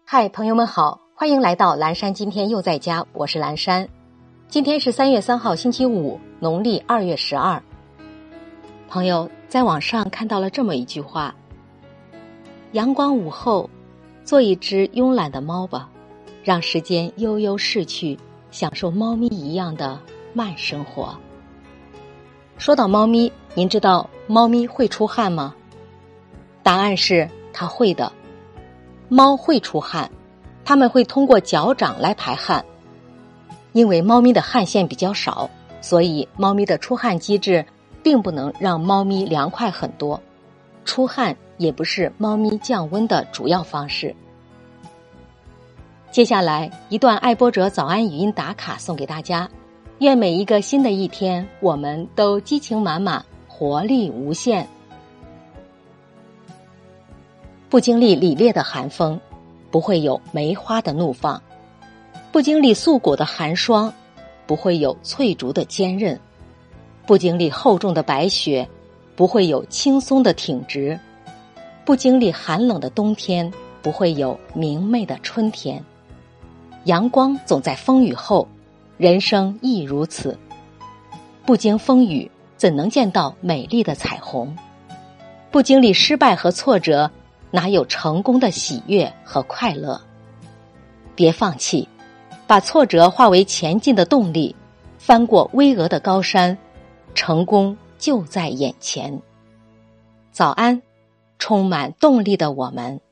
嗨，朋友们好，欢迎来到蓝山今天又在家，我是蓝山。今天是3月3号星期五，农历2月12。朋友在网上看到了这么一句话：阳光午后，做一只慵懒的猫吧，让时间悠悠逝去，享受猫咪一样的慢生活。说到猫咪，您知道猫咪会出汗吗？答案是它会的。猫会出汗，它们会通过脚掌来排汗。因为猫咪的汗腺比较少，所以猫咪的出汗机制并不能让猫咪凉快很多。出汗也不是猫咪降温的主要方式。接下来一段爱播者早安语音打卡送给大家，愿每一个新的一天，我们都激情满满，活力无限。不经历凛冽的寒风，不会有梅花的怒放；不经历素裹的寒霜，不会有翠竹的坚韧；不经历厚重的白雪，不会有轻松的挺直；不经历寒冷的冬天，不会有明媚的春天。阳光总在风雨后，人生亦如此。不经风雨，怎能见到美丽的彩虹？不经历失败和挫折，哪有成功的喜悦和快乐？别放弃，把挫折化为前进的动力，翻过巍峨的高山，成功就在眼前。早安，充满动力的我们。